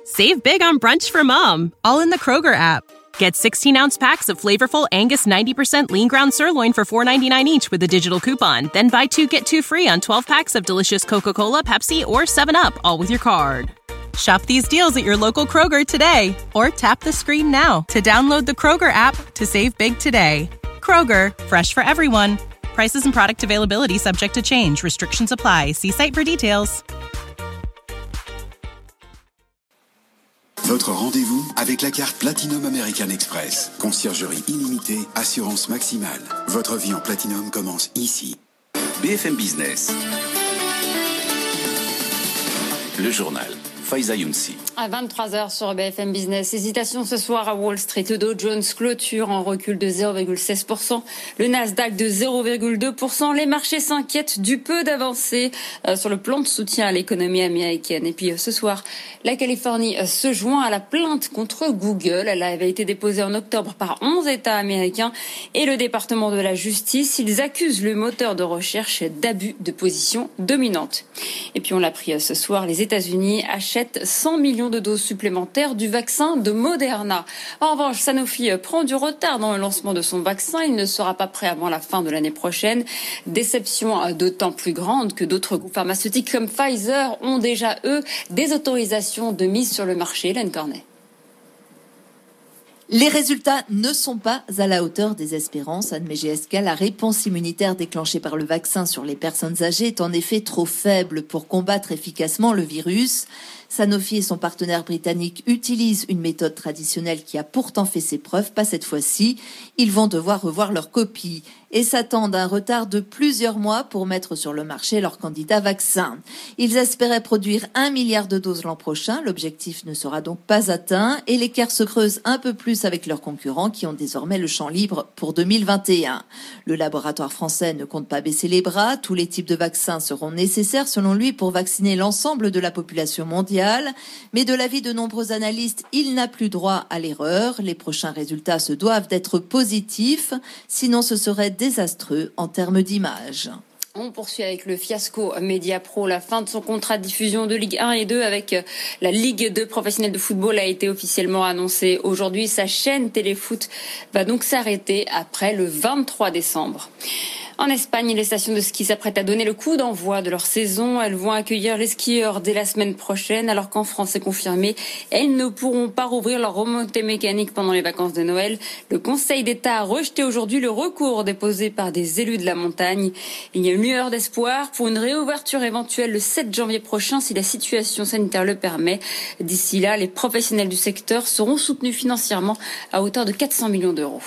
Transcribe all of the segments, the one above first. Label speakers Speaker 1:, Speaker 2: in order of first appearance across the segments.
Speaker 1: Save big on brunch for mom, all in the Kroger app. Get 16-ounce packs of flavorful Angus 90% lean ground sirloin for $4.99 each with a digital coupon. Then buy 2, get 2 free on 12 packs of delicious Coca-Cola, Pepsi, or 7-Up, all with your card. Shop these deals at your local Kroger today, or tap the screen now to download the Kroger app to save big today. Kroger, fresh for everyone. Prices and product availability subject to change. Restrictions apply. See site for details.
Speaker 2: Votre rendez-vous avec la carte Platinum American Express. Conciergerie illimitée, assurance maximale. Votre vie en Platinum commence ici.
Speaker 3: BFM Business. Le journal. Faiza Younsi.
Speaker 4: À 23h sur BFM Business. Hésitation ce soir à Wall Street. Le Dow Jones clôture en recul de 0,16%. Le Nasdaq de 0,2%. Les marchés s'inquiètent du peu d'avancée sur le plan de soutien à l'économie américaine. Et puis ce soir, la Californie se joint à la plainte contre Google. Elle avait été déposée en octobre par 11 États américains et le département de la justice. Ils accusent le moteur de recherche d'abus de position dominante. Et puis on l'a appris ce soir, les États-Unis achètent 100 millions de doses supplémentaires du vaccin de Moderna. En revanche, Sanofi prend du retard dans le lancement de son vaccin. Il ne sera pas prêt avant la fin de l'année prochaine. Déception d'autant plus grande que d'autres groupes pharmaceutiques comme Pfizer ont déjà, eux, des autorisations de mise sur le marché. Hélène Cornet.
Speaker 5: Les résultats ne sont pas à la hauteur des espérances. Admet GSK, la réponse immunitaire déclenchée par le vaccin sur les personnes âgées est en effet trop faible pour combattre efficacement le virus. Sanofi et son partenaire britannique utilisent une méthode traditionnelle qui a pourtant fait ses preuves, pas cette fois-ci. Ils vont devoir revoir leur copie et s'attendent à un retard de plusieurs mois pour mettre sur le marché leur candidat vaccin. Ils espéraient produire 1 milliard de doses l'an prochain. L'objectif ne sera donc pas atteint et l'écart se creuse un peu plus avec leurs concurrents qui ont désormais le champ libre pour 2021. Le laboratoire français ne compte pas baisser les bras. Tous les types de vaccins seront nécessaires selon lui pour vacciner l'ensemble de la population mondiale. Mais de l'avis de nombreux analystes, il n'a plus droit à l'erreur. Les prochains résultats se doivent d'être positifs, sinon ce serait désastreux en termes d'image.
Speaker 4: On poursuit avec le fiasco Mediapro. La fin de son contrat de diffusion de Ligue 1 et 2 avec la Ligue 2 professionnelle de football a été officiellement annoncée. Aujourd'hui, sa chaîne Téléfoot va donc s'arrêter après le 23 décembre. En Espagne, les stations de ski s'apprêtent à donner le coup d'envoi de leur saison. Elles vont accueillir les skieurs dès la semaine prochaine, alors qu'en France, c'est confirmé, elles ne pourront pas rouvrir leur remontée mécanique pendant les vacances de Noël. Le Conseil d'État a rejeté aujourd'hui le recours déposé par des élus de la montagne. Il y a une lueur d'espoir pour une réouverture éventuelle le 7 janvier prochain si la situation sanitaire le permet. D'ici là, les professionnels du secteur seront soutenus financièrement à hauteur de 400 millions d'euros.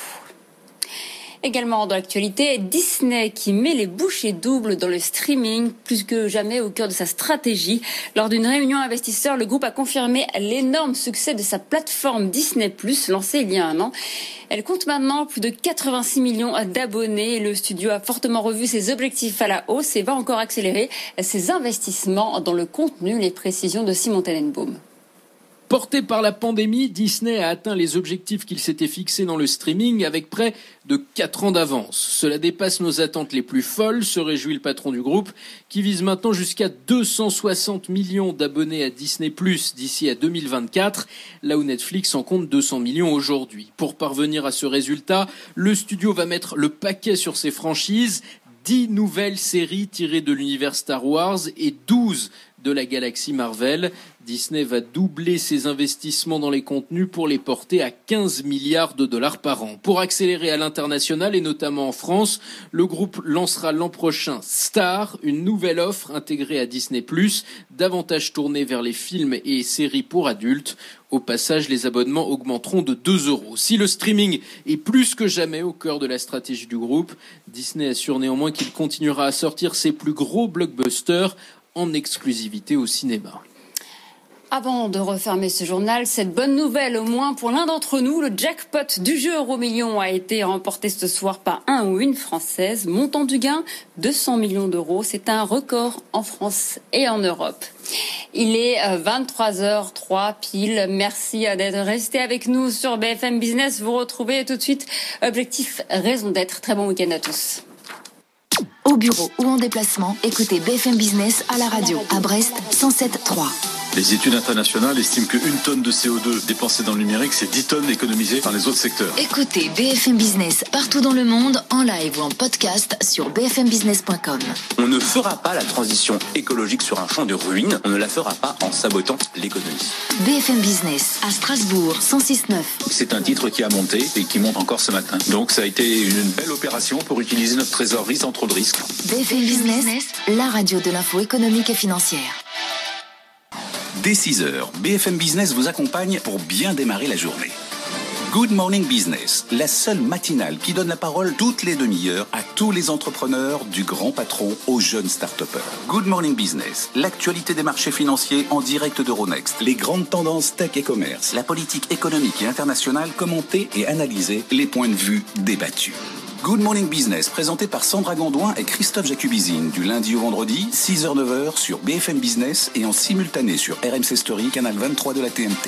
Speaker 4: Également dans l'actualité, Disney qui met les bouchées doubles dans le streaming plus que jamais au cœur de sa stratégie. Lors d'une réunion investisseurs, le groupe a confirmé l'énorme succès de sa plateforme Disney+, lancée il y a un an. Elle compte maintenant plus de 86 millions d'abonnés. Le studio a fortement revu ses objectifs à la hausse et va encore accélérer ses investissements dans le contenu. Les précisions de Simon Tenenbaum.
Speaker 6: Porté par la pandémie, Disney a atteint les objectifs qu'il s'était fixés dans le streaming avec près de 4 ans d'avance. Cela dépasse nos attentes les plus folles, se réjouit le patron du groupe, qui vise maintenant jusqu'à 260 millions d'abonnés à Disney+ d'ici à 2024, là où Netflix en compte 200 millions aujourd'hui. Pour parvenir à ce résultat, le studio va mettre le paquet sur ses franchises, 10 nouvelles séries tirées de l'univers Star Wars et 12 de la galaxie Marvel. Disney va doubler ses investissements dans les contenus pour les porter à 15 milliards de dollars par an. Pour accélérer à l'international et notamment en France, le groupe lancera l'an prochain Star, une nouvelle offre intégrée à Disney+, davantage tournée vers les films et séries pour adultes. Au passage, les abonnements augmenteront de 2 €. Si le streaming est plus que jamais au cœur de la stratégie du groupe, Disney assure néanmoins qu'il continuera à sortir ses plus gros blockbusters en exclusivité au cinéma.
Speaker 4: Avant de refermer ce journal, cette bonne nouvelle au moins pour l'un d'entre nous, le jackpot du jeu Euromillions a été remporté ce soir par un ou une Française. Montant du gain, 200 millions d'euros. C'est un record en France et en Europe. Il est 23h03 pile. Merci d'être resté avec nous sur BFM Business. Vous retrouvez tout de suite Objectif Raison d'être. Très bon week-end à tous.
Speaker 7: Au bureau ou en déplacement, écoutez BFM Business à la radio à Brest 107.3. Les études internationales estiment qu'une tonne de CO2 dépensée dans le numérique, c'est 10 tonnes économisées dans les autres secteurs.
Speaker 8: Écoutez BFM Business partout dans le monde, en live ou en podcast sur bfmbusiness.com.
Speaker 3: On ne fera pas la transition écologique sur un champ de ruines, on ne la fera pas en sabotant l'économie.
Speaker 8: BFM Business à Strasbourg, 106.9.
Speaker 3: C'est un titre qui a monté et qui monte encore ce matin. Donc ça a été une belle opération pour utiliser notre trésorerie sans trop de risques.
Speaker 8: BFM Business, la radio de l'info économique et financière.
Speaker 3: Dès 6h, BFM Business vous accompagne pour bien démarrer la journée. Good Morning Business, la seule matinale qui donne la parole toutes les demi-heures à tous les entrepreneurs, du grand patron aux jeunes start-upers. Good Morning Business, l'actualité des marchés financiers en direct d'Euronext, les grandes tendances tech et commerce, la politique économique et internationale commentée et analysée, les points de vue débattus. Good Morning Business, présenté par Sandra Gondouin et Christophe Jacubizine, du lundi au vendredi, 6h-9h sur BFM Business et en simultané sur RMC Story, canal 23 de la TNT.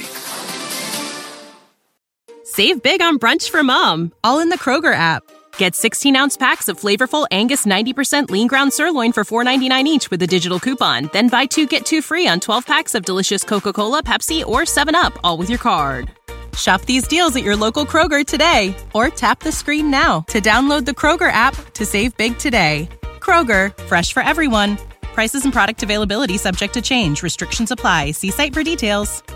Speaker 1: Save big on brunch for mom, all in the Kroger app. Get 16-ounce packs of flavorful Angus 90% lean ground sirloin for $4.99 each with a digital coupon. Then buy 2, get 2 free on 12 packs of delicious Coca-Cola, Pepsi, or 7-Up, all with your card. Shop these deals at your local Kroger today, or tap the screen now to download the Kroger app to save big today. Kroger, fresh for everyone. Prices and product availability subject to change. Restrictions apply. See site for details.